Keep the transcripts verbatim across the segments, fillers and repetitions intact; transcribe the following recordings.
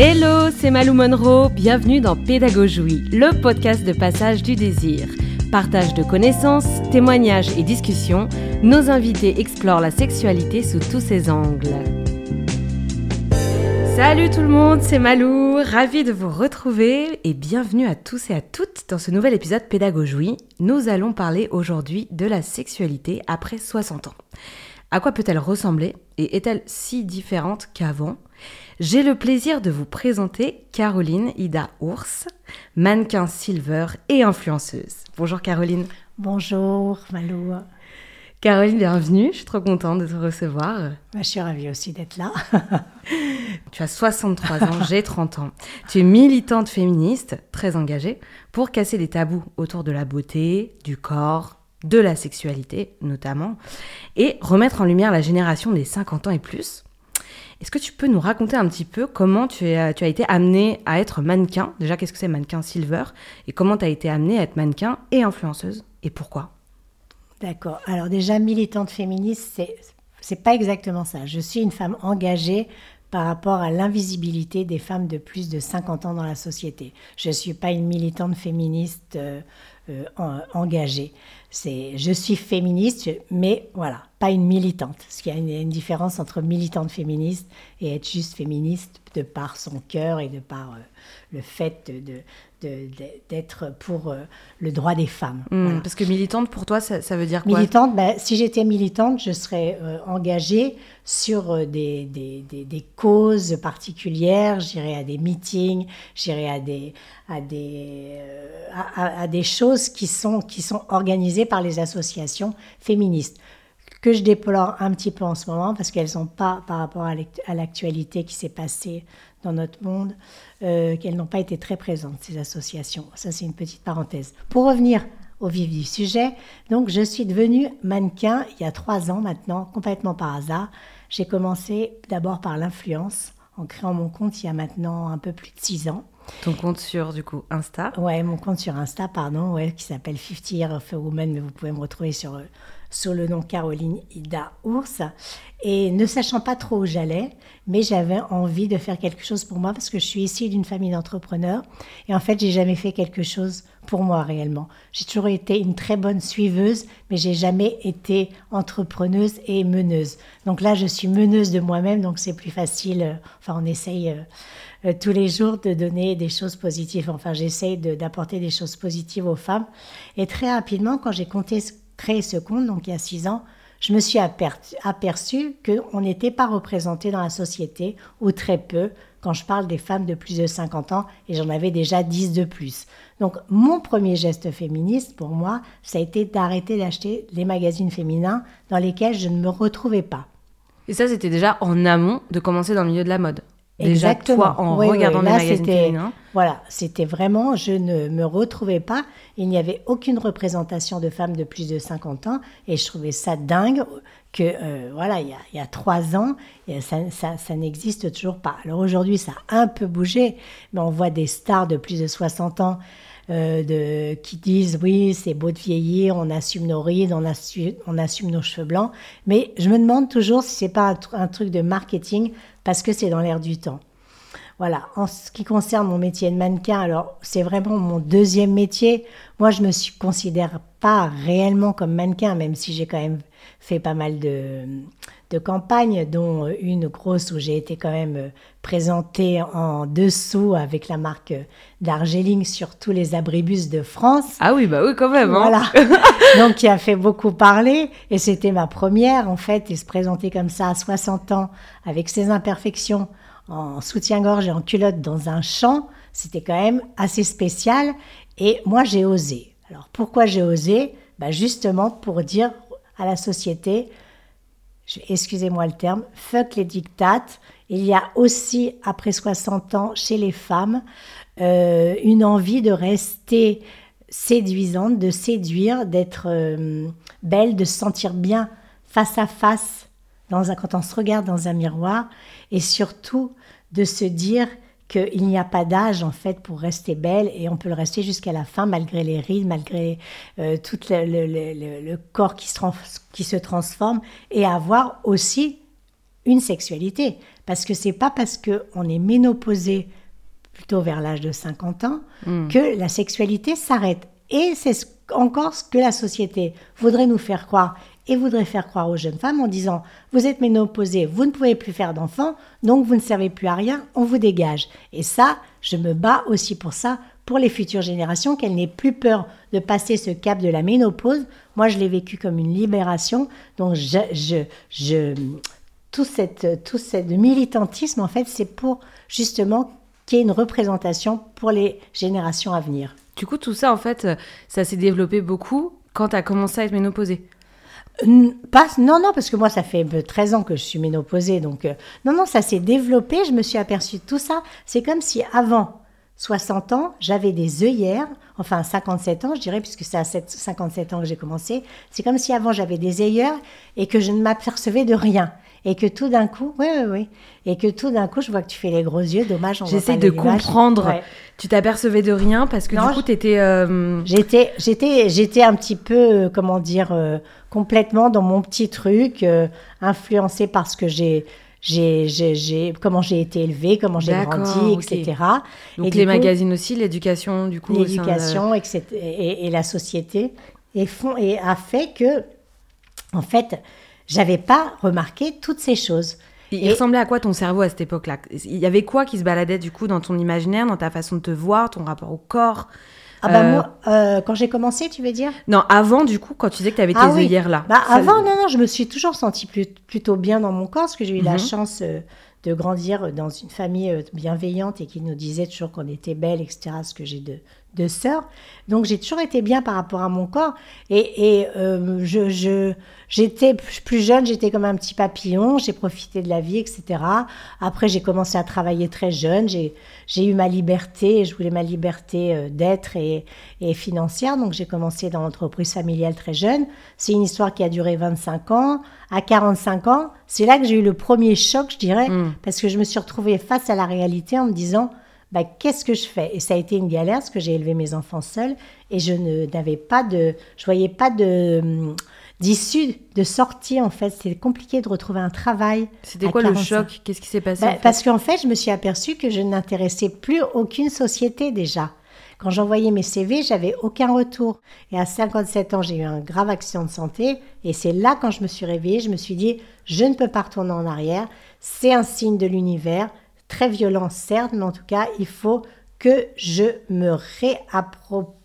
Hello, c'est Malou Monroe, bienvenue dans Pédagogie, le podcast de passage du désir. Partage de connaissances, témoignages et discussions, nos invités explorent la sexualité sous tous ses angles. Salut tout le monde, c'est Malou, ravie de vous retrouver et bienvenue à tous et à toutes dans ce nouvel épisode Pédagogie. Nous allons parler aujourd'hui de la sexualité après soixante ans. À quoi peut-elle ressembler et est-elle si différente qu'avant ? J'ai le plaisir de vous présenter Caroline Ida Ours, mannequin silver et influenceuse. Bonjour Caroline. Bonjour Malou. Caroline, bienvenue, je suis trop contente de te recevoir. Bah, je suis ravie aussi d'être là. Tu as soixante-trois ans, j'ai trente ans. Tu es militante féministe, très engagée, pour casser les tabous autour de la beauté, du corps, de la sexualité notamment, et remettre en lumière la génération des cinquante ans et plus. Est-ce que tu peux nous raconter un petit peu comment tu, es, tu as été amenée à être mannequin ? Déjà, qu'est-ce que c'est mannequin silver ? Et comment tu as été amenée à être mannequin et influenceuse ? Et pourquoi ? D'accord. Alors déjà, militante féministe, c'est, c'est pas exactement ça. Je suis une femme engagée par rapport à l'invisibilité des femmes de plus de cinquante ans dans la société. Je ne suis pas une militante féministe euh, euh, en, engagée. C'est, je suis féministe, mais voilà, pas une militante. Parce qu'il y a une, une différence entre militante féministe et être juste féministe de par son cœur et de par euh, le fait de, de, de, de, d'être pour euh, le droit des femmes. Mmh, voilà. Parce que militante, pour toi, ça, ça veut dire quoi ? Militante, ben, si j'étais militante, je serais euh, engagée sur euh, des, des, des, des causes particulières. J'irais à des meetings, j'irais à des, à des, euh, à, à des choses qui sont, qui sont organisées par les associations féministes, que je déplore un petit peu en ce moment parce qu'elles n'ont pas, par rapport à l'actualité qui s'est passée dans notre monde, euh, qu'elles n'ont pas été très présentes, ces associations. Ça, c'est une petite parenthèse. Pour revenir au vif du sujet, donc je suis devenue mannequin il y a trois ans maintenant, complètement par hasard. J'ai commencé d'abord par l'influence, en créant mon compte il y a maintenant un peu plus de six ans. Ton compte sur, du coup, Insta ? Ouais, mon compte sur Insta, pardon, ouais, qui s'appelle cinquante Years of a Woman, mais vous pouvez me retrouver sur, sur le nom Caroline Ida Ours. Et ne sachant pas trop où j'allais, mais j'avais envie de faire quelque chose pour moi parce que je suis issue d'une famille d'entrepreneurs. Et en fait, j'ai jamais fait quelque chose pour moi réellement. J'ai toujours été une très bonne suiveuse, mais j'ai jamais été entrepreneuse et meneuse. Donc là, je suis meneuse de moi-même, donc c'est plus facile. Enfin, on essaye euh, euh, tous les jours de donner des choses positives. Enfin, j'essaye de, d'apporter des choses positives aux femmes. Et très rapidement, quand j'ai compté, créé ce compte, donc il y a six ans, je me suis aperçue aperçu qu'on n'était pas représenté dans la société, ou très peu, quand je parle des femmes de plus de cinquante ans, et j'en avais déjà dix de plus. Donc, mon premier geste féministe, pour moi, ça a été d'arrêter d'acheter les magazines féminins dans lesquels je ne me retrouvais pas. Et ça, c'était déjà en amont de commencer dans le milieu de la mode. Exactement. Déjà, toi, en oui, regardant oui, les là, magazines c'était, féminins. Voilà, c'était vraiment, je ne me retrouvais pas. Il n'y avait aucune représentation de femmes de plus de cinquante ans. Et je trouvais ça dingue que, euh, voilà, il y a, il y a trois ans, ça, ça, ça n'existe toujours pas. Alors aujourd'hui, ça a un peu bougé, mais on voit des stars de plus de soixante ans euh, de, qui disent, oui, c'est beau de vieillir, on assume nos rides, on assume, on assume nos cheveux blancs. Mais je me demande toujours si c'est pas un, un truc de marketing, parce que c'est dans l'air du temps. Voilà, en ce qui concerne mon métier de mannequin, alors c'est vraiment mon deuxième métier. Moi, je ne me considère pas réellement comme mannequin, même si j'ai quand même fait pas mal de, de campagnes, dont une grosse où j'ai été quand même présentée en dessous avec la marque d'Argeling sur tous les abribus de France. Ah oui, bah oui, quand même. Hein. Voilà, donc qui a fait beaucoup parler. Et c'était ma première, en fait, et se présenter comme ça à soixante ans, avec ses imperfections, en soutien-gorge et en culotte dans un champ, c'était quand même assez spécial. Et moi, j'ai osé. Alors, pourquoi j'ai osé ? Ben justement pour dire à la société, excusez-moi le terme, fuck les dictates. Il y a aussi, après soixante ans, chez les femmes, euh, une envie de rester séduisante, de séduire, d'être euh, belle, de se sentir bien face à face dans un, quand on se regarde dans un miroir, et surtout de se dire qu'il n'y a pas d'âge en fait pour rester belle, et on peut le rester jusqu'à la fin malgré les rides, malgré euh, tout le, le, le, le corps qui se, trans- qui se transforme, et avoir aussi une sexualité. Parce que c'est pas parce qu'on est ménopausé, plutôt vers l'âge de cinquante ans, mmh. que la sexualité s'arrête. Et c'est encore ce que la société voudrait nous faire croire et voudrait faire croire aux jeunes femmes en disant « Vous êtes ménopausée, vous ne pouvez plus faire d'enfants, donc vous ne servez plus à rien, on vous dégage. » Et ça, je me bats aussi pour ça, pour les futures générations, qu'elles n'aient plus peur de passer ce cap de la ménopause. Moi, je l'ai vécu comme une libération. Donc, je, je, je, tout, cette, tout ce militantisme, en fait, c'est pour justement qu'il y ait une représentation pour les générations à venir. Du coup, tout ça, en fait, ça s'est développé beaucoup quand tu as commencé à être ménopausée. Pas, non, non, parce que moi, ça fait treize ans que je suis ménopausée. Donc, euh, non, non, ça s'est développé. Je me suis aperçue de tout ça. C'est comme si avant soixante ans, j'avais des œillères, enfin cinquante-sept ans, je dirais, puisque c'est à cinquante-sept ans que j'ai commencé. C'est comme si avant, j'avais des œillères et que je ne m'apercevais de rien. Et que tout d'un coup, oui, oui, oui. Et que tout d'un coup, je vois que tu fais les gros yeux, dommage, on J'essaie voit pas de comprendre. Ouais. Tu t'apercevais de rien parce que non, du coup, tu étais... Euh... J'étais, j'étais, j'étais un petit peu, euh, comment dire, euh, complètement dans mon petit truc, euh, influencée par ce que j'ai... J'ai, j'ai, j'ai, comment j'ai été élevée, comment j'ai D'accord, grandi, okay. et cetera. Donc et les coup, magazines aussi, l'éducation, du coup. L'éducation, de... et, cetera, et, et la société, et, font, et a fait que, en fait, j'avais pas remarqué toutes ces choses. Il et... ressemblait à quoi ton cerveau à cette époque-là ? Il y avait quoi qui se baladait du coup dans ton imaginaire, dans ta façon de te voir, ton rapport au corps ? Ah bah euh... moi, euh, quand j'ai commencé, tu veux dire ? Non, avant du coup, quand tu disais que tu avais ah tes oui. œillères là. Bah ça... avant, non, non, je me suis toujours sentie plus, plutôt bien dans mon corps, parce que j'ai eu mm-hmm. la chance euh, de grandir dans une famille euh, bienveillante et qui nous disait toujours qu'on était belle, et cetera, parce que j'ai deux, deux sœurs. Donc j'ai toujours été bien par rapport à mon corps. Et, et euh, je, je, j'étais plus jeune, j'étais comme un petit papillon, j'ai profité de la vie, et cetera. Après, j'ai commencé à travailler très jeune, j'ai, j'ai eu ma liberté, je voulais ma liberté euh, d'être et, et financière. Donc j'ai commencé dans l'entreprise familiale très jeune. C'est une histoire qui a duré vingt-cinq ans. À quarante-cinq ans, c'est là que j'ai eu le premier choc, je dirais, mmh. parce que je me suis retrouvée face à la réalité en me disant... Bah, qu'est-ce que je fais ? Et ça a été une galère parce que j'ai élevé mes enfants seuls et je ne, n'avais pas de, je voyais pas de, d'issue, de sortie en fait. C'était compliqué de retrouver un travail. C'était quoi quarante-cinq le choc ? Qu'est-ce qui s'est passé ? Bah, en fait parce qu'en fait, je me suis aperçue que je n'intéressais plus aucune société déjà. Quand j'envoyais mes C V, j'avais aucun retour. Et à cinquante-sept ans, j'ai eu un grave accident de santé. Et c'est là, quand je me suis réveillée, je me suis dit, je ne peux pas retourner en arrière. C'est un signe de l'univers. Très violent, certes, mais en tout cas, il faut que je me réapproprie,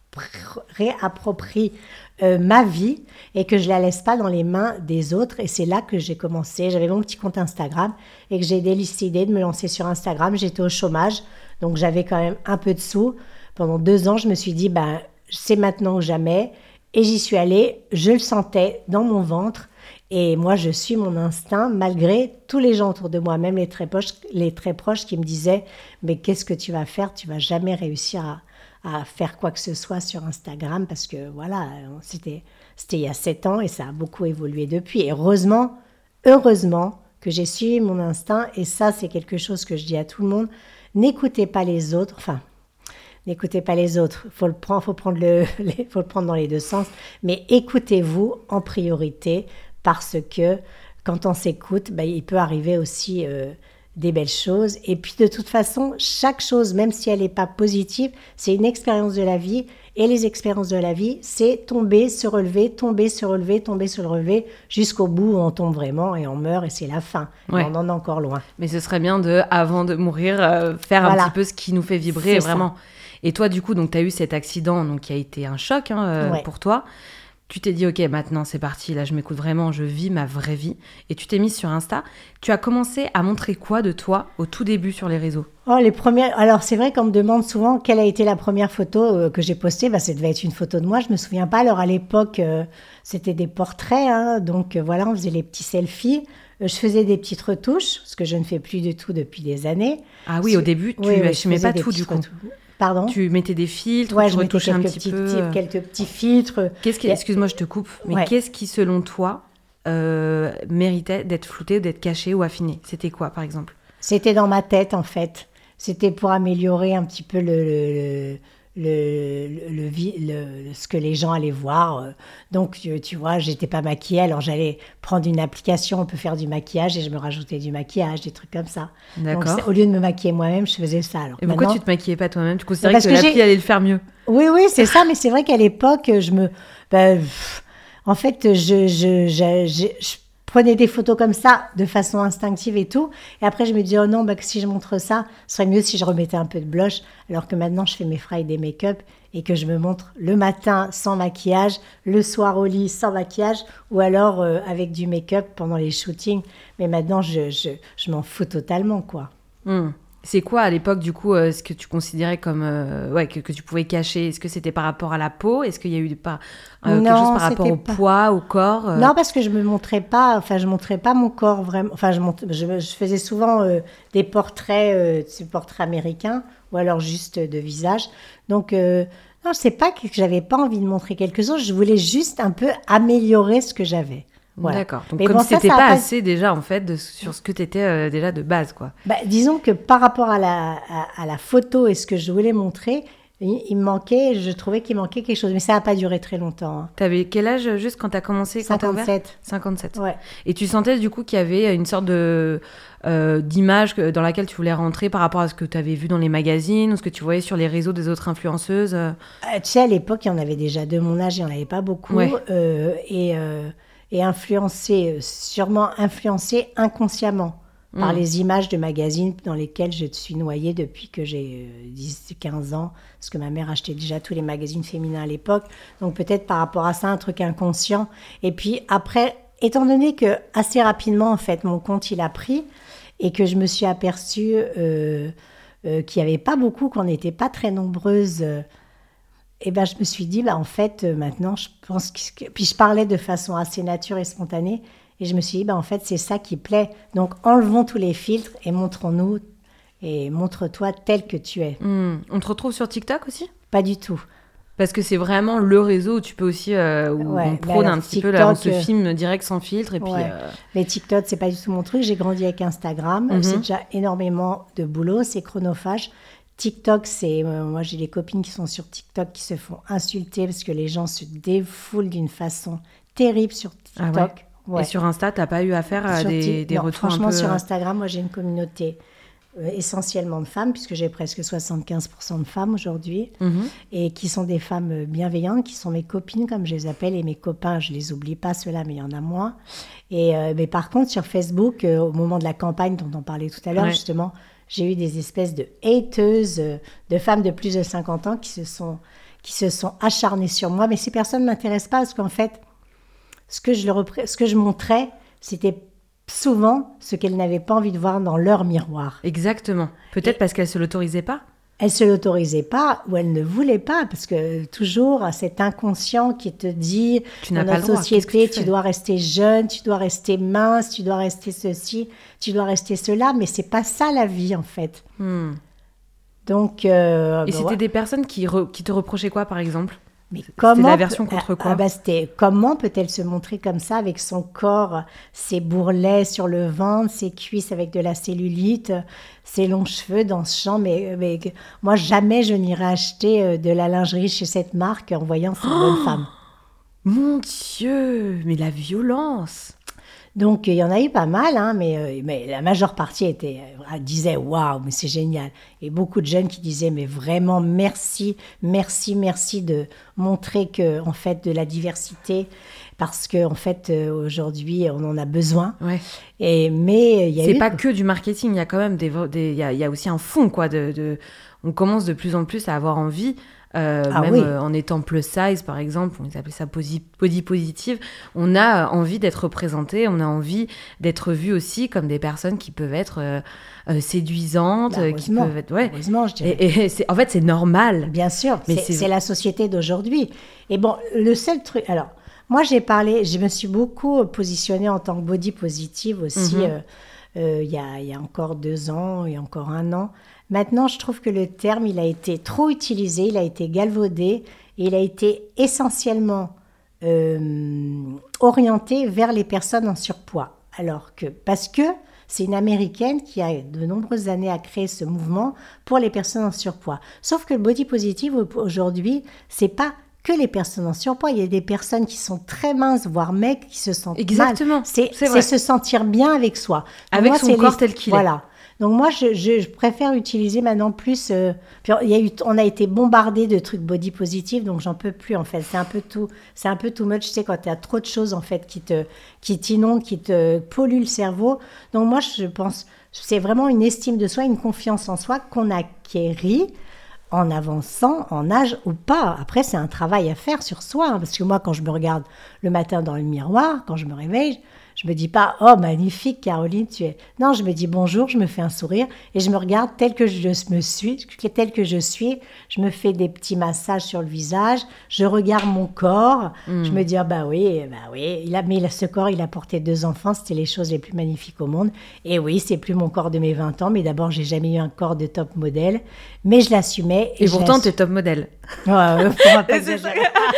réapproprie euh, ma vie et que je ne la laisse pas dans les mains des autres. Et c'est là que j'ai commencé. J'avais mon petit compte Instagram et que j'ai décidé de me lancer sur Instagram. J'étais au chômage, donc j'avais quand même un peu de sous. Pendant deux ans, je me suis dit, ben, c'est maintenant ou jamais. Et j'y suis allée, je le sentais dans mon ventre. Et moi, je suis mon instinct, malgré tous les gens autour de moi, même les très proches, les très proches qui me disaient « Mais qu'est-ce que tu vas faire ? Tu ne vas jamais réussir à, à faire quoi que ce soit sur Instagram. » Parce que voilà, c'était, c'était il y a sept ans et ça a beaucoup évolué depuis. Et heureusement, heureusement que j'ai suivi mon instinct. Et ça, c'est quelque chose que je dis à tout le monde. N'écoutez pas les autres. Enfin, n'écoutez pas les autres. Il faut le prendre, faut prendre le, les, faut le prendre dans les deux sens. Mais écoutez-vous en priorité. Parce que quand on s'écoute, ben, il peut arriver aussi euh, des belles choses. Et puis de toute façon, chaque chose, même si elle n'est pas positive, c'est une expérience de la vie. Et les expériences de la vie, c'est tomber, se relever, tomber, se relever, tomber, se relever, jusqu'au bout où on tombe vraiment et on meurt et c'est la fin. Ouais. On en est encore loin. Mais ce serait bien de, avant de mourir, euh, faire voilà. un petit peu ce qui nous fait vibrer, c'est vraiment. Ça. Et toi, du coup, tu as eu cet accident donc, qui a été un choc hein, euh, ouais. pour toi. Tu t'es dit, OK, maintenant, c'est parti. Là, je m'écoute vraiment. Je vis ma vraie vie. Et tu t'es mise sur Insta. Tu as commencé à montrer quoi de toi au tout début sur les réseaux ? Oh, les premières... Alors, c'est vrai qu'on me demande souvent quelle a été la première photo euh, que j'ai postée. Bah, ça devait être une photo de moi. Je ne me souviens pas. Alors, à l'époque, euh, c'était des portraits. Hein, donc, euh, voilà, on faisait les petits selfies. Euh, je faisais des petites retouches, ce que je ne fais plus du tout depuis des années. Ah oui, au début, tu oui, n'assumais oui, pas tout, du coup. Retouches. Pardon ? Tu mettais des filtres, ouais, tu je retouchais un petit petits, peu. Petits, quelques petits filtres. Qu'est-ce qui, excuse-moi, je te coupe, mais ouais. qu'est-ce qui, selon toi, euh, méritait d'être flouté, d'être caché ou affiné ? C'était quoi, par exemple ? C'était dans ma tête, en fait. C'était pour améliorer un petit peu le, le, le, le, le, vi- le- ce que les gens allaient voir. Donc, tu, tu vois, j'étais pas maquillée, alors j'allais prendre une application, on peut faire du maquillage, et je me rajoutais du maquillage, des trucs comme ça. Donc, D'accord. c'est- au lieu de me maquiller moi-même, je faisais ça. Alors Et pourquoi maintenant, tu te maquillais pas toi-même? Tu considérais parce que que l'appli j'ai- allait le faire mieux? oui, oui, c'est ça, mais c'est vrai qu'à l'époque, je me. Ben, pff, en fait, je, je, je, je, je prenais des photos comme ça, de façon instinctive et tout. Et après, je me disais, oh non, ben, que si je montre ça, ce serait mieux si je remettais un peu de blush. Alors que maintenant, je fais mes frais et des make-up et que je me montre le matin sans maquillage, le soir au lit sans maquillage, ou alors euh, avec du make-up pendant les shootings. Mais maintenant, je, je, je m'en fous totalement, quoi. Hmm. C'est quoi à l'époque du coup euh, ce que tu considérais comme euh, ouais que, que tu pouvais cacher? Est-ce que c'était par rapport à la peau? Est-ce qu'il y a eu des par, euh, quelque Non, chose par rapport c'était au pas- poids, au corps euh Non, parce que je me montrais pas, enfin, je montrais pas mon corps vraiment. Enfin, je, montre- je, je faisais souvent euh, des portraits, euh, des portraits américains, ou alors juste de visage. Donc, euh, non, c'est pas que j'avais pas envie de montrer quelque chose, je voulais juste un peu améliorer ce que j'avais. Voilà. D'accord. Donc Mais comme bon, si ça, c'était ça a pas pas- assez déjà en fait de, sur ce que tu étais déjà de base quoi. Bah, disons que par rapport à la, à, à la photo et ce que je voulais montrer, il, il me manquait, je trouvais qu'il manquait quelque chose. Mais ça n'a pas duré très longtemps. Hein. T'avais quel âge euh, juste quand t'as commencé quand t'as ouvert cinquante-sept. cinquante-sept. Ouais. Et tu sentais du coup qu'il y avait une sorte de euh, d'image que- dans laquelle tu voulais rentrer par rapport à ce que tu avais vu dans les magazines ou ce que tu voyais sur les réseaux des autres influenceuses euh Euh, tu sais, à l'époque, il y en avait déjà de mon âge, il n'y en avait pas beaucoup. Ouais. euh, et, euh, et influencé, euh, sûrement influencé inconsciemment par Mm. les images de magazines dans lesquelles je suis noyée depuis que j'ai euh, dix quinze ans. Parce que ma mère achetait déjà tous les magazines féminins à l'époque. Donc peut-être par rapport à ça, un truc inconscient. Et puis après, étant donné que assez rapidement, en fait, mon compte, il a pris et que je me suis aperçue euh, euh, qu'il n'y avait pas beaucoup, qu'on n'était pas très nombreuses. euh, et ben, je me suis dit, bah, en fait, euh, maintenant, je pense que... Puis je parlais de façon assez nature et spontanée. Et je me suis dit, bah, en fait, c'est ça qui plaît. Donc, enlevons tous les filtres et montrons-nous et montre-toi tel que tu es. Mm. On te retrouve sur TikTok aussi? Pas du tout. Parce que c'est vraiment le réseau où tu peux aussi, euh, où Ouais, on bah prône alors, un petit peu, là, on se TikTok, euh, filme direct sans filtre et puis... Ouais. euh, Mais TikTok, c'est pas du tout mon truc. J'ai grandi avec Instagram. Mhm. C'est déjà énormément de boulot. C'est chronophage. TikTok, c'est... euh, moi, j'ai des copines qui sont sur TikTok qui se font insulter parce que les gens se défoulent d'une façon terrible sur Ah ouais. TikTok. Ouais. Et sur Insta, t'as pas eu affaire à Sur des, Ti- des non, retours un franchement, peu... sur euh, Instagram, moi, j'ai une communauté euh, essentiellement de femmes, puisque j'ai presque soixante-quinze pour cent de femmes aujourd'hui, mhm. et qui sont des femmes euh, bienveillantes, qui sont mes copines, comme je les appelle, et mes copains, je les oublie pas, ceux-là, mais il y en a moins. Et, euh, mais par contre, sur Facebook, euh, au moment de la campagne dont on parlait tout à l'heure, Ouais. justement, j'ai eu des espèces de hateuses, euh, de femmes de plus de cinquante ans qui se sont, qui se sont acharnées sur moi, mais ces personnes ne m'intéressent pas, parce qu'en fait, ce que je, leur repré- ce que je montrais, c'était souvent ce qu'elles n'avaient pas envie de voir dans leur miroir. Exactement. Peut-être Et- parce qu'elle se l'autorisait pas. Elles ne se l'autorisaient pas ou elles ne voulaient pas, parce que toujours cet inconscient qui te dit, Tu n'as dans pas notre le droit. société, Qu'est-ce que tu tu fais dois rester jeune, tu dois rester mince, tu dois rester ceci, tu dois rester cela, mais c'est pas ça la vie en fait. Hmm. Donc, euh, Et bah, c'était ouais. des personnes qui, re- qui te reprochaient quoi, par exemple? Mais C'était comment l'aversion peut- contre ah, quoi? ah bah, c'était comment peut-elle se montrer comme ça avec son corps, ses bourrelets sur le ventre, ses cuisses avec de la cellulite, ses longs cheveux dans ce champ. Mais, mais moi, jamais je n'irai acheter euh, de la lingerie chez cette marque en voyant cette bonne femme. Mon Dieu, mais la violence! Donc, il y en a eu pas mal, hein, mais, euh, mais la majeure partie était, euh, disait waouh, mais c'est génial. Et beaucoup de jeunes qui disaient mais vraiment merci, merci, merci de montrer que en fait de la diversité parce que en fait euh, aujourd'hui on en a besoin. Ouais. Et mais il y a C'est eu pas que du marketing, il y a quand même des, vra- des il y a, il y a aussi un fond quoi. De, de, on commence de plus en plus à avoir envie, euh, Ah même oui. euh, en étant plus size par exemple, on appelait ça posi- body positive. On a envie d'être représenté, on a envie d'être vu aussi comme des personnes qui peuvent être euh, euh, séduisantes, Bah, euh, qui heureusement, peuvent être ouais. heureusement, je dirais. Et, et c'est, en fait, c'est normal. Bien sûr, Mais c'est c'est- c'est la société d'aujourd'hui. Et bon, le seul truc. Alors, moi, j'ai parlé, je me suis beaucoup positionnée en tant que body positive aussi, Mhm. euh, euh, il y a, il y a encore deux ans et encore un an. Maintenant, je trouve que le terme, il a été trop utilisé, il a été galvaudé, et il a été essentiellement euh, orienté vers les personnes en surpoids. Alors que, parce que C'est une Américaine qui a de nombreuses années à créer ce mouvement pour les personnes en surpoids. Sauf que le body positive aujourd'hui, c'est pas que les personnes en surpoids. Il y a des personnes qui sont très minces, voire maigres, qui se sentent Exactement, mal. C'est, c'est, c'est se sentir bien avec soi. Avec moi, son c'est corps les... tel qu'il voilà. est. Donc moi, je, je, je préfère utiliser maintenant plus... Euh... Puis il y a eu, on a été bombardé de trucs body positive, donc j'en peux plus en fait. C'est un peu tout, c'est un peu too much, tu sais, quand tu as trop de choses en fait qui, te, qui t'inondent, qui te polluent le cerveau. Donc moi, je pense, c'est vraiment une estime de soi, une confiance en soi qu'on acquérit en avançant en âge ou pas. Après, c'est un travail à faire sur soi. Hein, parce que moi, quand je me regarde le matin dans le miroir, quand je me réveille, je me dis pas « Oh, magnifique, Caroline, tu es... » Non, je me dis « Bonjour », je me fais un sourire et je me regarde tel que je me suis, tel que je suis. Je me fais des petits massages sur le visage, je regarde mon corps. Mmh. Je me dis « Ah bah oui, bah oui. » Il a, mais ce corps, il a porté deux enfants, c'était les choses les plus magnifiques au monde. Et oui, c'est plus mon corps de mes vingt ans, mais d'abord, j'ai jamais eu un corps de top modèle. Mais je l'assumais. Et, et pourtant, tu es top modèle. Ouais, ouais, pas ça.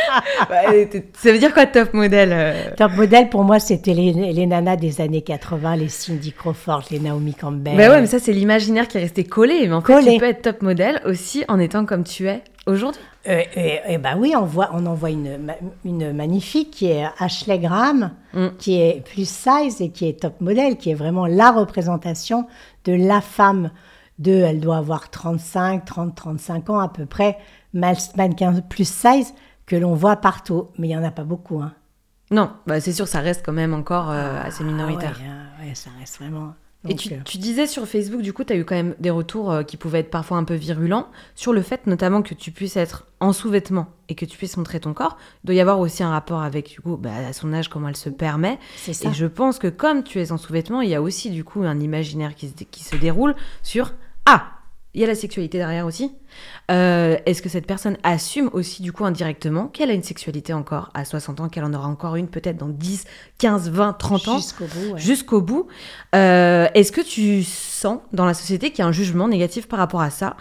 Ouais, ça veut dire quoi, top modèle euh... Top modèle, pour moi, c'était les, les nanas des années quatre-vingts, les Cindy Crawford, les Naomi Campbell. Bah ouais, mais ça, c'est l'imaginaire qui est resté collé. Mais en collé. fait, tu peux être top modèle aussi en étant comme tu es aujourd'hui. Euh, et, et bah oui, on, voit, on en voit une, une magnifique qui est Ashley Graham, mm. qui est plus size et qui est top modèle, qui est vraiment la représentation de la femme de, elle doit avoir trente-cinq, trente, trente-cinq ans à peu près, mannequin plus size que l'on voit partout. Mais il n'y en a pas beaucoup. Hein. Non, bah c'est sûr, ça reste quand même encore euh, assez minoritaire. Ah ouais, ouais, ça reste vraiment... Donc, et tu, euh... tu disais sur Facebook, du coup, tu as eu quand même des retours euh, qui pouvaient être parfois un peu virulents sur le fait notamment que tu puisses être en sous-vêtements et que tu puisses montrer ton corps. Il doit y avoir aussi un rapport avec, du coup, bah, à son âge, comment elle se permet. C'est ça. Et je pense que comme tu es en sous-vêtements, il y a aussi, du coup, un imaginaire qui se, qui se déroule sur « Ah !» Il y a la sexualité derrière aussi. Euh, est-ce que cette personne assume aussi, du coup, indirectement, qu'elle a une sexualité encore à soixante ans, qu'elle en aura encore une peut-être dans dix, quinze, vingt, trente ans. Jusqu'au bout, ouais. Jusqu'au bout. Euh, est-ce que tu sens dans la société qu'il y a un jugement négatif par rapport à ça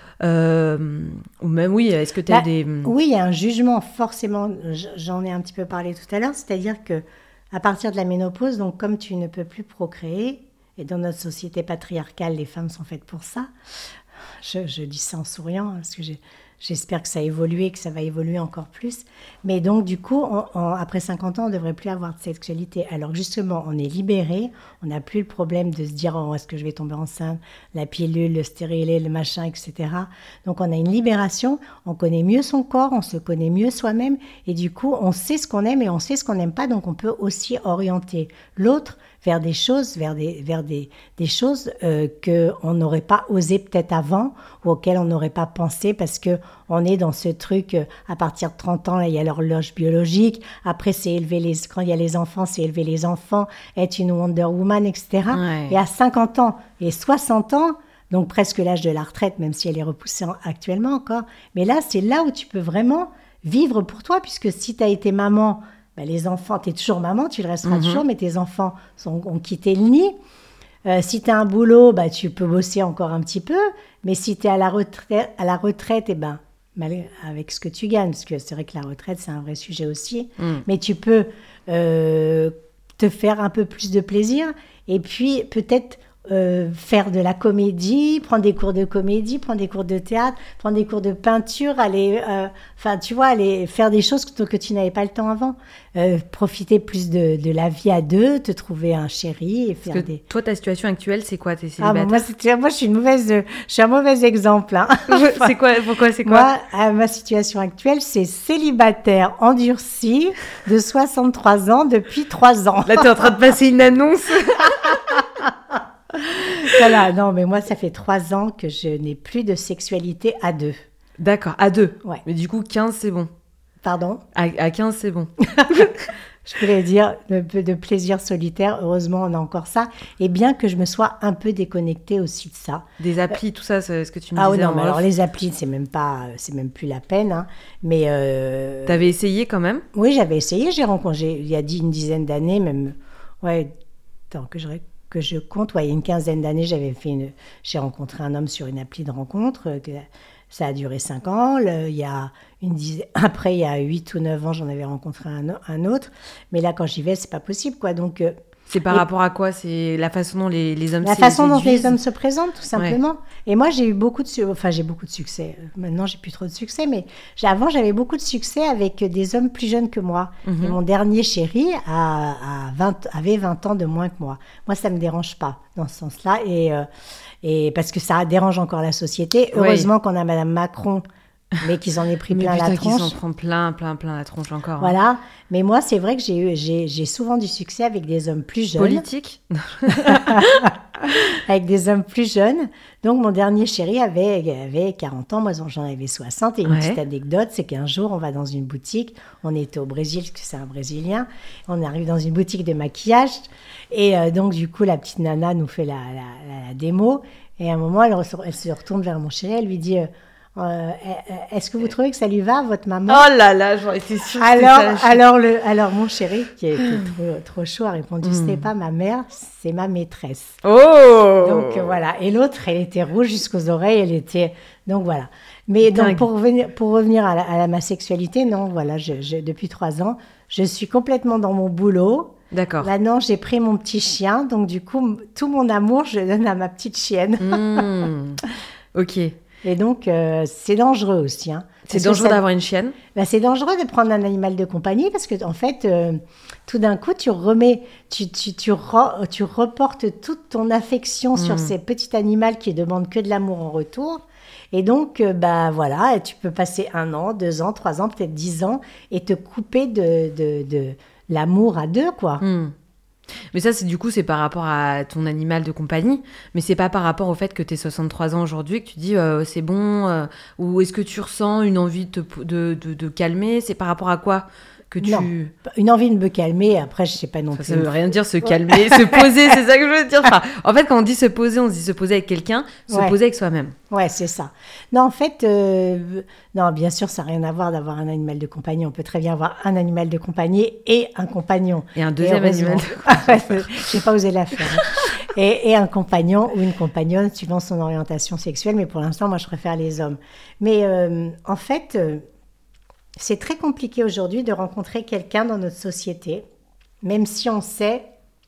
euh, ou même, oui, est-ce que tu as bah, des... Oui, il y a un jugement, forcément. J'en ai un petit peu parlé tout à l'heure. C'est-à-dire qu'à partir de la ménopause, donc comme tu ne peux plus procréer, et dans notre société patriarcale, les femmes sont faites pour ça. Je, je dis ça en souriant, parce que j'ai, j'espère que ça a évolué, que ça va évoluer encore plus. Mais donc, du coup, on, on, après cinquante ans, on ne devrait plus avoir de sexualité. Alors, justement, on est libéré, on n'a plus le problème de se dire oh, « est-ce que je vais tomber enceinte ?» La pilule, le stérilet, le machin, et cetera. Donc, on a une libération, on connaît mieux son corps, on se connaît mieux soi-même, et du coup, on sait ce qu'on aime et on sait ce qu'on n'aime pas, donc on peut aussi orienter l'autre vers des choses, vers des, vers des, des choses euh, qu'on n'aurait pas osé peut-être avant ou auxquelles on n'aurait pas pensé parce qu'on est dans ce truc, euh, à partir de trente ans, là, il y a l'horloge biologique, après c'est élever les, quand il y a les enfants, c'est élever les enfants, être une Wonder Woman, et cetera. Ouais. Et à cinquante ans et soixante ans, donc presque l'âge de la retraite, même si elle est repoussée actuellement encore, mais là, c'est là où tu peux vraiment vivre pour toi, puisque si tu as été maman, ben, les enfants, tu es toujours maman, tu le resteras mm-hmm. toujours, mais tes enfants sont, ont quitté le nid. Euh, si tu as un boulot, ben, tu peux bosser encore un petit peu, mais si tu es à la retraite, à la retraite, eh ben, avec ce que tu gagnes, parce que c'est vrai que la retraite, c'est un vrai sujet aussi, mm. mais tu peux euh, te faire un peu plus de plaisir, et puis peut-être Euh, faire de la comédie, prendre des cours de comédie, prendre des cours de théâtre, prendre des cours de peinture, aller, enfin, euh, tu vois, aller faire des choses que, que tu n'avais pas le temps avant. Euh, profiter plus de, de la vie à deux, te trouver un chéri et faire Parce que des... Toi, ta situation actuelle, c'est quoi? T'es célibataire? Ah, moi, c'est, moi, je suis une mauvaise, je suis un mauvais exemple. Hein. c'est quoi? Pourquoi c'est quoi? Moi, ma situation actuelle, c'est célibataire endurci de soixante-trois ans depuis trois ans. Là, t'es en train de passer une annonce. Voilà, non, mais moi, ça fait trois ans que je n'ai plus de sexualité à deux. D'accord, à deux. Ouais. Mais du coup, quinze, c'est bon. Pardon? À, à quinze, c'est bon. Je voulais dire de, de plaisir solitaire. Heureusement, on a encore ça. Et bien que je me sois un peu déconnectée aussi de ça. Des applis, tout ça, c'est ce que tu me ah disais. Ah oui, non, mais off. alors les applis, c'est même pas, c'est même plus la peine. Hein. Mais euh... T'avais essayé quand même? Oui, j'avais essayé. J'ai rencontré il y a une dizaine d'années, même. Ouais, tant que je que je compte, ouais, il y a une quinzaine d'années, j'avais fait une, j'ai rencontré un homme sur une appli de rencontre, que ça a duré cinq ans. Le, il y a une dizaine, après, il y a huit ou neuf ans, j'en avais rencontré un, un autre. Mais là, quand j'y vais, c'est pas possible, quoi. Donc, euh, C'est par Et rapport à quoi? C'est la façon dont les, les hommes la sé- façon dont séduisent? les hommes se présentent, tout simplement. Ouais. Et moi, j'ai eu beaucoup de, su- enfin, j'ai beaucoup de succès. Maintenant, j'ai plus trop de succès, mais j'ai, avant, j'avais beaucoup de succès avec des hommes plus jeunes que moi. Mm-hmm. Et mon dernier chéri a, a vingt, avait vingt ans de moins que moi. Moi, ça me dérange pas dans ce sens-là, et, euh, et parce que ça dérange encore la société. Heureusement oui. qu'on a Madame Macron. Mais qu'ils en aient pris plein mais putain, la tronche. Qu'ils en prennent plein, plein, plein la tronche encore. Voilà. Hein. Mais moi, c'est vrai que j'ai, eu, j'ai, j'ai souvent du succès avec des hommes plus jeunes. Politique. Avec des hommes plus jeunes. Donc, mon dernier chéri avait, avait quarante ans. Moi, j'en avais soixante. Et une ouais. petite anecdote, c'est qu'un jour, on va dans une boutique. On était au Brésil, parce que c'est un Brésilien. On arrive dans une boutique de maquillage. Et euh, donc, du coup, la petite nana nous fait la, la, la, la démo. Et à un moment, elle, elle se retourne vers mon chéri. Elle lui dit... Euh, Euh, est-ce que vous trouvez que ça lui va, votre maman? Oh là là, j'aurais été sûre. Alors, ça, alors, le, alors mon chéri, qui était trop, trop chaud, a répondu, mm. ce n'est pas ma mère, c'est ma maîtresse. Oh. Donc euh, voilà. Et l'autre, elle était rouge jusqu'aux oreilles, elle était... Donc voilà. Mais donc, pour revenir, pour revenir à, la, à la, ma sexualité, non, voilà, je, je, depuis trois ans, je suis complètement dans mon boulot. D'accord. Maintenant, j'ai pris mon petit chien, donc du coup, tout mon amour, je le donne à ma petite chienne. Mm. Ok. Et donc, euh, c'est dangereux aussi. Hein, c'est dangereux ça... d'avoir une chienne? Ben, c'est dangereux de prendre un animal de compagnie parce que, en fait, euh, tout d'un coup, tu remets, tu, tu, tu, re, tu reportes toute ton affection mmh. sur ces petits animaux qui demandent que de l'amour en retour. Et donc, euh, bah, voilà, tu peux passer un an, deux ans, trois ans, peut-être dix ans et te couper de, de, de l'amour à deux, quoi. Mmh. Mais ça, c'est du coup, c'est par rapport à ton animal de compagnie, mais c'est pas par rapport au fait que tu aies soixante-trois ans aujourd'hui, que tu dis euh, c'est bon, euh, ou est-ce que tu ressens une envie de te de, de, de calmer? C'est par rapport à quoi que tu... Non, une envie de me calmer, après, je sais pas non ça, plus. Ça veut rien dire se calmer, se poser, c'est ça que je veux dire. Enfin, en fait, quand on dit se poser, on se dit se poser avec quelqu'un, se ouais. poser avec soi-même. Ouais, c'est ça. Non, en fait, euh, non, bien sûr, ça n'a rien à voir d'avoir un animal de compagnie. On peut très bien avoir un animal de compagnie et un compagnon. Et un deuxième et animal de compagnie. Je n'ai pas osé la faire. Hein. et, et un compagnon ou une compagnonne, suivant son orientation sexuelle. Mais pour l'instant, moi, je préfère les hommes. Mais euh, en fait... Euh, c'est très compliqué aujourd'hui de rencontrer quelqu'un dans notre société, même si on sait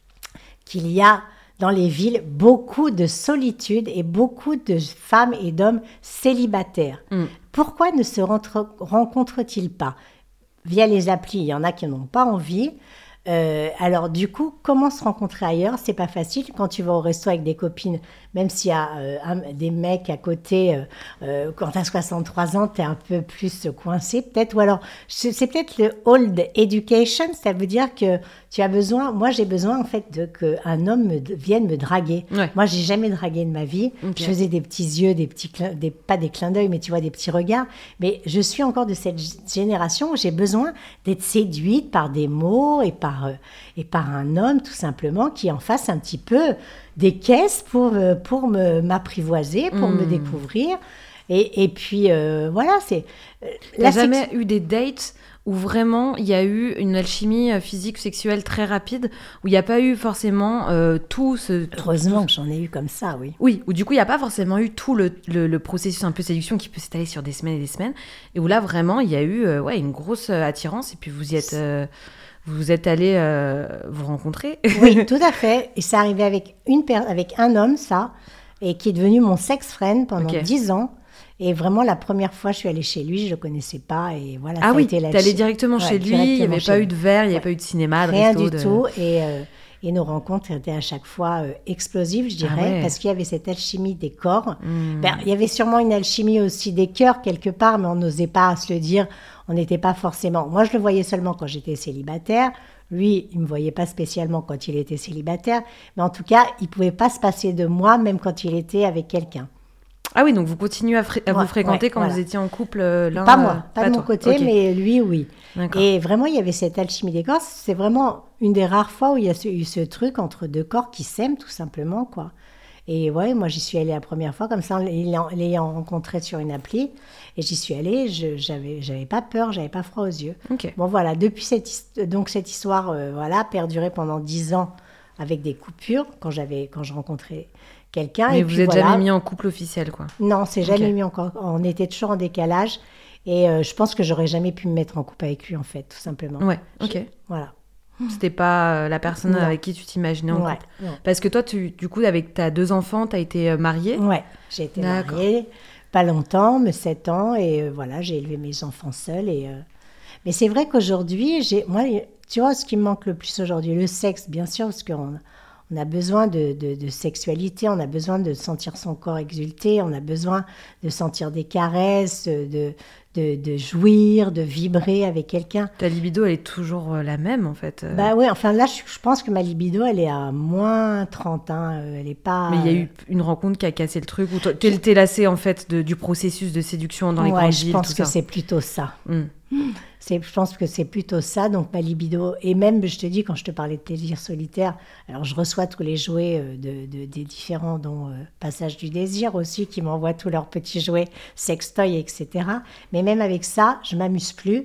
qu'il y a dans les villes beaucoup de solitude et beaucoup de femmes et d'hommes célibataires. Mm. Pourquoi ne se rentre- rencontrent-ils pas? Via les applis, il y en a qui n'ont pas envie. Euh, alors du coup, comment se rencontrer ailleurs? C'est pas facile quand tu vas au resto avec des copines, même s'il y a euh, un, des mecs à côté. Euh, euh, quand t'as soixante-trois ans, t'es un peu plus coincé peut-être, ou alors c'est, c'est peut-être le old education, ça veut dire que tu as besoin. Moi, j'ai besoin en fait de qu'un homme me, vienne me draguer. Ouais. Moi, j'ai jamais dragué de ma vie. Okay. Je faisais des petits yeux, des petits, clin, des, pas des clins d'œil, mais tu vois des petits regards. Mais je suis encore de cette génération où j'ai besoin d'être séduite par des mots et par et par un homme tout simplement qui en fasse un petit peu des caisses pour, pour me, m'apprivoiser, pour mmh. me découvrir. Et, et puis, euh, voilà, c'est... T'as jamais sex... eu des dates où vraiment il y a eu une alchimie physique, sexuelle très rapide, où il n'y a pas eu forcément euh, tout ce... Heureusement tout... que j'en ai eu comme ça, oui. Oui, où du coup il n'y a pas forcément eu tout le, le, le processus un peu séduction qui peut s'étaler sur des semaines et des semaines, et où là vraiment il y a eu euh, ouais, une grosse attirance, et puis vous y êtes... Euh, Vous êtes allés euh, vous rencontrer? Oui, tout à fait. Et ça arrivait avec, une per- avec un homme, ça, et qui est devenu mon sex-friend pendant okay. dix ans. Et vraiment, la première fois, je suis allée chez lui, je ne le connaissais pas. Et voilà, ah ça oui, a été la t'es allée directement ouais, chez lui, il n'y avait pas lui. eu de verre, il n'y avait ouais. pas eu de cinéma, de Rien resto. du de... tout. Et, euh, et nos rencontres étaient à chaque fois euh, explosives, je dirais, ah ouais. parce qu'il y avait cette alchimie des corps. Mmh. Ben, il y avait sûrement une alchimie aussi des cœurs quelque part, mais on n'osait pas se le dire. On n'était pas forcément... Moi, je le voyais seulement quand j'étais célibataire. Lui, il ne me voyait pas spécialement quand il était célibataire. Mais en tout cas, il ne pouvait pas se passer de moi, même quand il était avec quelqu'un. Ah oui, donc vous continuez à, fr- à ouais, vous fréquenter ouais, quand voilà. vous étiez en couple l'un... Pas moi, pas, pas de toi. mon côté, okay. mais lui, oui. D'accord. Et vraiment, il y avait cette alchimie des corps. C'est vraiment une des rares fois où il y a eu ce truc entre deux corps qui s'aiment, tout simplement, quoi. Et ouais, moi, j'y suis allée la première fois, comme ça, l'ayant, l'ayant rencontré sur une appli. Et j'y suis allée, je, j'avais, j'avais pas peur, j'avais pas froid aux yeux. Okay. Bon, voilà, depuis cette, donc, cette histoire, euh, voilà, perdurait pendant dix ans avec des coupures, quand, j'avais, quand je rencontrais quelqu'un. Mais et vous puis, êtes voilà. jamais mis en couple officiel, quoi? Non, c'est jamais okay. mis encore. On était toujours en décalage. Et euh, je pense que j'aurais jamais pu me mettre en couple avec lui, en fait, tout simplement. Ouais, ok. Je, voilà. C'était pas euh, la personne Non. avec qui tu t'imaginais en Ouais, couple. non. Parce que toi, tu, du coup, avec ta deux enfants, tu as été euh, mariée. Ouais, j'ai été D'accord. mariée, pas longtemps, mais sept ans, et euh, voilà, j'ai élevé mes enfants seuls. Et, euh, Mais c'est vrai qu'aujourd'hui, j'ai, moi, tu vois, ce qui me manque le plus aujourd'hui, le sexe, bien sûr, parce qu'on on a besoin de, de, de sexualité, on a besoin de sentir son corps exulté, on a besoin de sentir des caresses, de, de, de jouir, de vibrer avec quelqu'un. Ta libido, elle est toujours euh, la même, en fait. euh. Bah oui, enfin là, je, je pense que ma libido, elle est à moins trente, hein, euh, elle est pas... Mais il y a euh, eu une rencontre qui a cassé le truc, ou toi- t'es t'es lassée, en fait, de- du processus de séduction dans les ouais, grandes je villes, pense tout que ça. c'est plutôt ça. Hmm. C'est, je pense que c'est plutôt ça, donc ma libido. Et même, je te dis, quand je te parlais de plaisir solitaire, alors je reçois tous les jouets euh, de, de- des différents, dont euh, Passage du Désir aussi, qui m'envoient tous leurs petits jouets, sextoys, et cetera. Mais même avec ça, je m'amuse plus.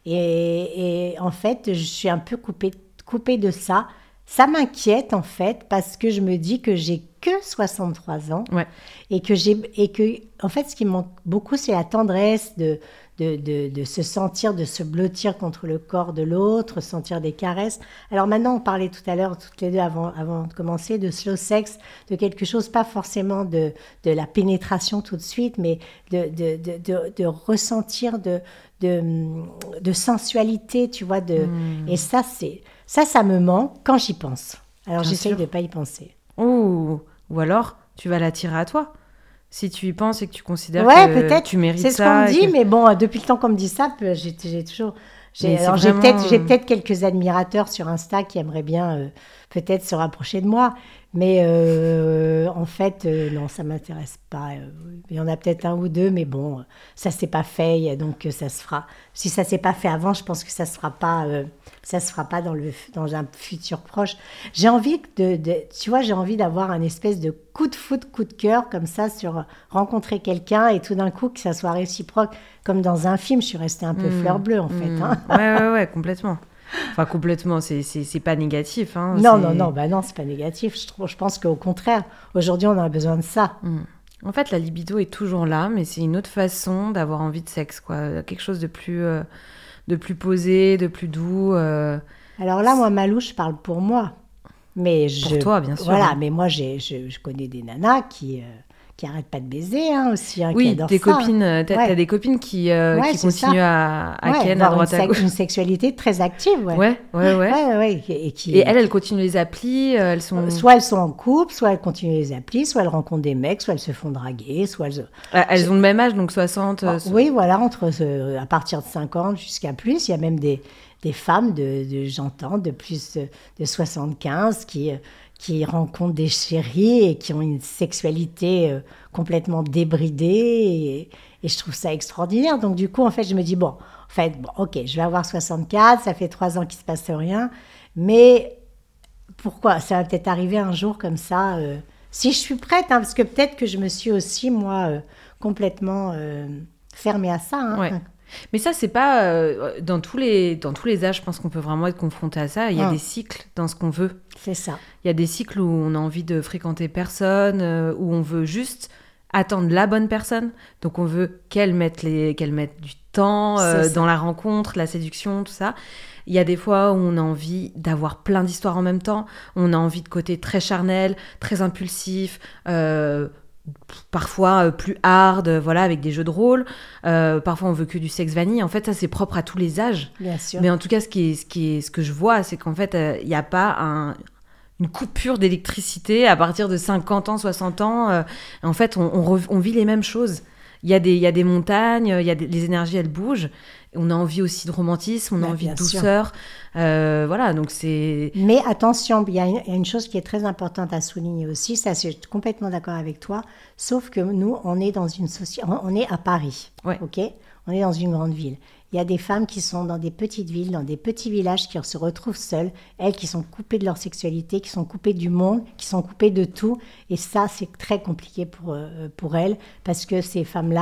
Et, et en fait, je suis un peu coupée, coupée de ça. Ça m'inquiète, en fait, parce que je me dis que j'ai que soixante-trois ans. Ouais. Et que j'ai, et que, en fait, ce qui me manque beaucoup, c'est la tendresse de, de, de, de se sentir, de se blottir contre le corps de l'autre, sentir des caresses. Alors maintenant, on parlait tout à l'heure, toutes les deux, avant, avant de commencer, de slow sex, de quelque chose, pas forcément de, de la pénétration tout de suite, mais de, de, de, de, de ressentir de, de, de sensualité, tu vois. De, Hmm. Et ça, c'est, ça, ça me manque quand j'y pense. Alors Bien j'essaye sûr. de ne pas y penser. Ou, ou alors, tu vas l'attirer à toi. Si tu y penses et que tu considères Ouais, que peut-être. tu mérites C'est ce qu'on ça. me et dit, que- mais bon, euh, depuis le temps qu'on me dit ça, peu- j'ai j'ai toujours. j'ai- Mais c'est Alors, j'ai vraiment- peut-être j'ai peut-être quelques admirateurs sur Insta qui aimeraient bien euh, peut-être se rapprocher de moi, mais euh, en fait, euh, non, ça m'intéresse pas. Euh, Il y en a peut-être un ou deux, mais bon, euh, ça s'est pas fait, y a- donc euh, ça se fera. Si ça s'est pas fait avant, je pense que ça se fera pas. euh, ça se fera pas dans le dans un futur proche. J'ai envie de, de tu vois, j'ai envie d'avoir un espèce de coup de foot, coup de cœur comme ça sur rencontrer quelqu'un et tout d'un coup que ça soit réciproque, comme dans un film. Je suis restée un peu Hmm. fleur bleue en fait. Hmm. hein. Ouais, ouais, ouais, complètement. Enfin, complètement, c'est- c'est c'est pas négatif. Hein, Non, c'est- non, non, bah non, c'est pas négatif. Je, trouve, je pense qu'au contraire, aujourd'hui, on a besoin de ça. Hmm. En fait, la libido est toujours là, mais c'est une autre façon d'avoir envie de sexe, quoi. Quelque chose de plus, euh, de plus posé, de plus doux. euh. Alors là, moi, Malou, je parle pour moi. Mais je, Pour toi, bien sûr, Voilà, hein. mais moi, j'ai, je, je connais des nanas qui, euh, qui arrêtent pas de baiser hein, aussi, hein, qui Oui, adorent tes ça. copines, euh, t'as Ouais. t'as des copines qui, euh, Ouais, qui c'est continuent ça. à, à Ouais, ken à avoir droite une, à sex- gauche. une sexualité très active, ouais. Ouais, ouais, ouais. Ouais, ouais, et, et qui, Et elles, elles continuent les applis, euh, elles sont... Soit elles sont en couple, soit elles continuent les applis, soit elles rencontrent des mecs, soit elles se font draguer, soit elles... Ah, elles ont le même âge, donc soixante... euh, so- Oui, voilà, entre euh, à partir de cinquante jusqu'à plus. Il y a même des, des femmes, de, de, j'entends, de plus de, de soixante-quinze qui, euh, qui rencontrent des chéris et qui ont une sexualité euh, complètement débridée. Et, et je trouve ça extraordinaire. Donc du coup, en fait, je me dis, bon, en fait, bon, ok, je vais avoir soixante-quatre, ça fait trois ans qu'il ne se passe rien, mais pourquoi? Ça va peut-être arriver un jour comme ça, euh, si je suis prête, hein, parce que peut-être que je me suis aussi, moi, euh, complètement euh, fermée à ça. hein. Ouais. Mais ça, c'est pas... euh, dans, tous les, dans tous les âges, je pense qu'on peut vraiment être confronté à ça. Il y a Ah. des cycles dans ce qu'on veut. C'est ça. Il y a des cycles où on a envie de fréquenter personne, euh, où on veut juste attendre la bonne personne. Donc on veut qu'elle mette, les, qu'elle mette du temps euh, C'est ça. dans la rencontre, la séduction, tout ça. Il y a des fois où on a envie d'avoir plein d'histoires en même temps. On a envie de côté très charnel, très impulsif, euh, parfois euh, plus hard, euh, voilà, avec des jeux de rôle. Euh, parfois on veut que du sexe vanille. En fait, ça c'est propre à tous les âges. Bien sûr. Mais en tout cas, ce, qui est, ce, qui est, ce que je vois, c'est qu'en fait, il n'y a pas un, une coupure d'électricité à partir de cinquante ans, soixante ans. Euh, en fait, on, on, rev- on vit les mêmes choses. Il y a des, il y a des montagnes, il y a des, les énergies, elles bougent. On a envie aussi de romantisme, on a Bah, envie de bien sûr. douceur. Euh, voilà, donc c'est... Mais attention, il y, a une, il y a une chose qui est très importante à souligner aussi, ça, je suis complètement d'accord avec toi, sauf que nous, on est dans une société, on est à Paris, Ouais. ok? On est dans une grande ville. Il y a des femmes qui sont dans des petites villes, dans des petits villages, qui se retrouvent seules, elles qui sont coupées de leur sexualité, qui sont coupées du monde, qui sont coupées de tout. Et ça, c'est très compliqué pour, euh, pour elles, parce que ces femmes-là,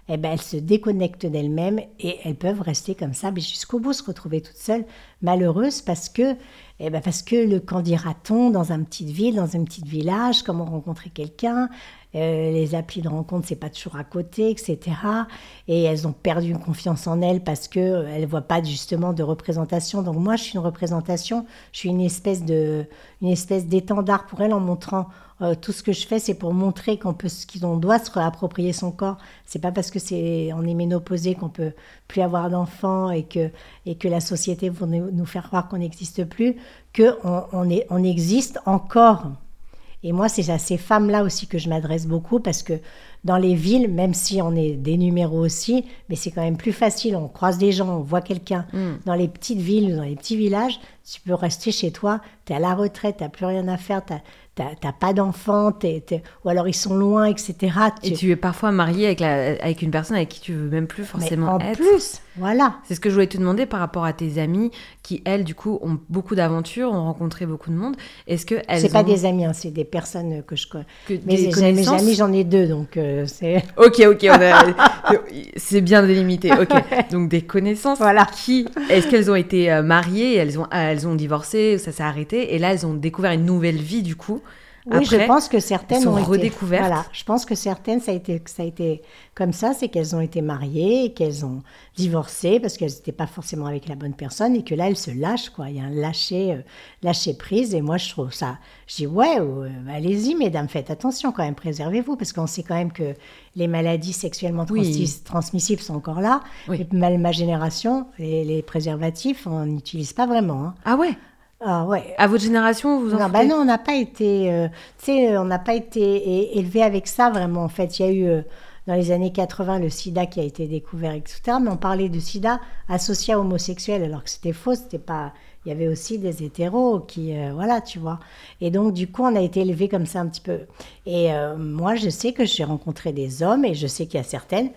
eh ben, elles se déconnectent d'elles-mêmes et elles peuvent rester comme ça, mais jusqu'au bout, se retrouver toutes seules, malheureuses, parce que, eh ben, parce que le qu'en dira-t-on dans une petite ville, dans un petit village, comment rencontrer quelqu'un, euh, les applis de rencontre, c'est pas toujours à côté, et cetera. Et elles ont perdu une confiance en elles parce que euh, elles voient pas justement de représentation. Donc moi, je suis une représentation, je suis une espèce de, une espèce d'étendard pour elles en montrant. Euh, tout ce que je fais, c'est pour montrer qu'on peut, qu'on doit se réapproprier son corps. C'est pas parce que c'est, on est ménopausé qu'on peut plus avoir d'enfants et que, et que la société va nous, nous faire croire qu'on n'existe plus, qu'on on est, on existe encore. Et moi, c'est à ces femmes-là aussi que je m'adresse beaucoup parce que dans les villes, même si on est des numéros aussi, mais c'est quand même plus facile. On croise des gens, on voit quelqu'un. Mm. Dans les petites villes, dans les petits villages, tu peux rester chez toi, tu es à la retraite, tu n'as plus rien à faire, tu n'as pas d'enfants, t'es, t'es... ou alors ils sont loin, et cetera. Tu... Et tu es parfois mariée avec, la... avec une personne avec qui tu veux même plus forcément mais en être. En plus, voilà. C'est ce que je voulais te demander par rapport à tes amies qui, elles, du coup, ont beaucoup d'aventures, ont rencontré beaucoup de monde. Est-ce que elles C'est ont... pas des amies, hein, c'est des personnes que je connais. Mais des mes, mes amis, j'en ai deux, donc euh, c'est... Ok, ok, on a... c'est bien délimité. Ok, donc des connaissances voilà. Qui... Est-ce qu'elles ont été euh, mariées, elles ont, elles ont divorcé, ça s'est arrêté, et là, elles ont découvert une nouvelle vie, du coup. Oui, Après, je pense que certaines sont ont redécouvertes. Été, voilà, je pense que certaines, ça a été, ça a été comme ça, c'est qu'elles ont été mariées, et qu'elles ont divorcé parce qu'elles n'étaient pas forcément avec la bonne personne et que là, elles se lâchent, quoi. Il y a un lâcher, euh, lâcher prise. Et moi, je trouve ça, je dis, ouais, euh, allez-y, mesdames, faites attention quand même, préservez-vous, parce qu'on sait quand même que les maladies sexuellement trans- oui. transmissibles sont encore là. Oui. Et ma, ma génération, les, les préservatifs, on n'utilise pas vraiment. Hein. Ah ouais? Ah ouais. À votre génération, vous en non, bah non, on n'a pas été, euh, tu sais, on n'a pas été élevé avec ça vraiment. En fait, il y a eu euh, dans les années quatre-vingts le sida qui a été découvert, et cetera. Mais on parlait de sida associé à homosexuel, alors que c'était faux. C'était pas. Il y avait aussi des hétéros qui, euh, voilà, tu vois. Et donc du coup, on a été élevé comme ça un petit peu. Et euh, moi, je sais que j'ai rencontré des hommes et je sais qu'il y a certaines,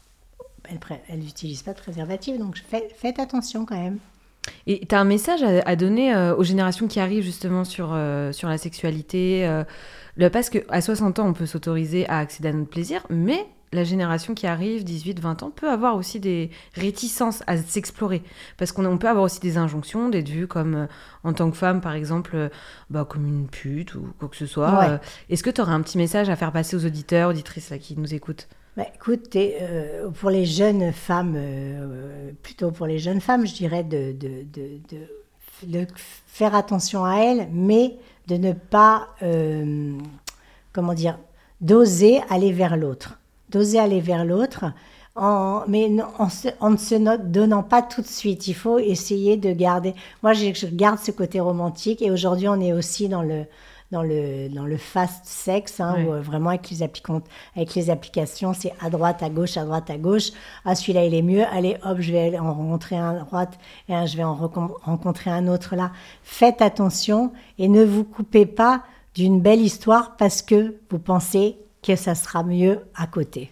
elles n'utilisent pas de préservatif, donc faites, faites attention quand même. Et tu as un message à, à donner euh, aux générations qui arrivent justement sur, euh, sur la sexualité euh, le, parce qu'à soixante ans, on peut s'autoriser à accéder à notre plaisir, mais la génération qui arrive, dix-huit vingt ans, peut avoir aussi des réticences à s'explorer. Parce qu'on on peut avoir aussi des injonctions, d'être vue comme, euh, en tant que femme, par exemple, euh, bah, comme une pute ou quoi que ce soit. Ouais. Euh, est-ce que tu aurais un petit message à faire passer aux auditeurs, auditrices là, qui nous écoutent ? Bah, écoute, euh, pour les jeunes femmes, euh, plutôt pour les jeunes femmes, je dirais de, de, de, de, de faire attention à elles, mais de ne pas, euh, comment dire, d'oser aller vers l'autre. D'oser aller vers l'autre, en, mais en, se, en ne se donnant pas tout de suite. Il faut essayer de garder... Moi, je, je garde ce côté romantique, et aujourd'hui, on est aussi dans le... Dans le, dans le fast sex, hein, oui. où euh, vraiment avec les, avec les applications, c'est à droite, à gauche, à droite, à gauche. Ah, celui-là, il est mieux. Allez, hop, je vais aller en rencontrer un à droite et un, je vais en recom- rencontrer un autre là. Faites attention et ne vous coupez pas d'une belle histoire parce que vous pensez que ça sera mieux à côté.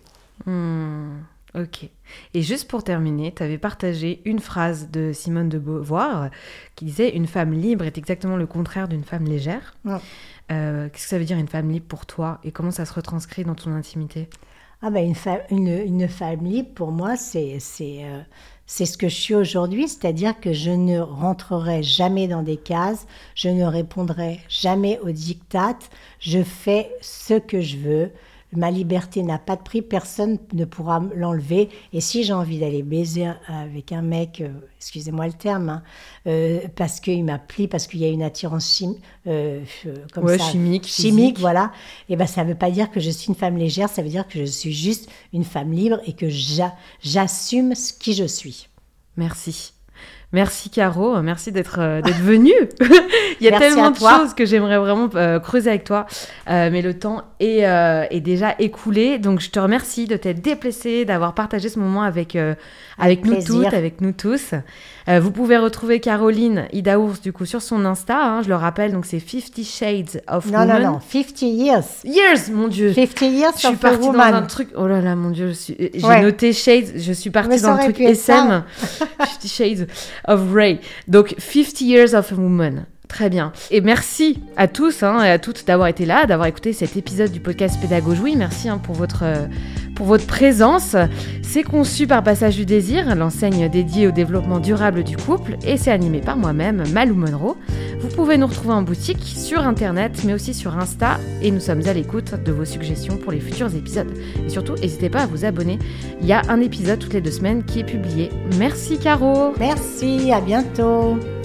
Mmh, ok. Et juste pour terminer, tu avais partagé une phrase de Simone de Beauvoir qui disait « Une femme libre est exactement le contraire d'une femme légère mmh. ». Euh, qu'est-ce que ça veut dire une femme libre pour toi et comment ça se retranscrit dans ton intimité ? Ah ben une, fa- une, une femme libre, pour moi, c'est, c'est, euh, c'est ce que je suis aujourd'hui, c'est-à-dire que je ne rentrerai jamais dans des cases, je ne répondrai jamais aux dictates, je fais ce que je veux. Ma liberté n'a pas de prix, personne ne pourra l'enlever. Et si j'ai envie d'aller baiser avec un mec, euh, excusez-moi le terme, hein, euh, parce qu'il m'a plu, parce qu'il y a une attirance chim- euh, comme ouais, ça, chimique, chimique, voilà. Et ben ça ne veut pas dire que je suis une femme légère, ça veut dire que je suis juste une femme libre et que j'a- j'assume ce qui je suis. Merci. Merci Caro, merci d'être, euh, d'être venue. Il y a merci tellement de toi. choses que j'aimerais vraiment euh, creuser avec toi, euh, mais le temps est, euh, est déjà écoulé. Donc je te remercie de t'être déplacée, d'avoir partagé ce moment avec, euh, avec, avec nous plaisir. toutes, avec nous tous. Euh, vous pouvez retrouver Caroline Idaours du coup sur son Insta, hein, je le rappelle, donc c'est Fifty Shades of non, Woman. Non, non, non, Fifty Years. Years, mon Dieu. Fifty Years je of suis partie woman. dans un truc. Oh là là, mon Dieu, je suis... j'ai ouais. noté Shades. Je suis partie dans un truc S M. Fifty Shades of Grey. Donc Fifty Years of a Woman. Très bien. Et merci à tous hein, et à toutes d'avoir été là, d'avoir écouté cet épisode du podcast Pédagogie. Merci hein, pour votre... Euh, pour votre présence. C'est conçu par Passage du Désir, l'enseigne dédiée au développement durable du couple, et c'est animé par moi-même, Malou Monroe. Vous pouvez nous retrouver en boutique, sur Internet, mais aussi sur Insta, et nous sommes à l'écoute de vos suggestions pour les futurs épisodes. Et surtout, n'hésitez pas à vous abonner. Il y a un épisode toutes les deux semaines qui est publié. Merci Caro. Merci, à bientôt.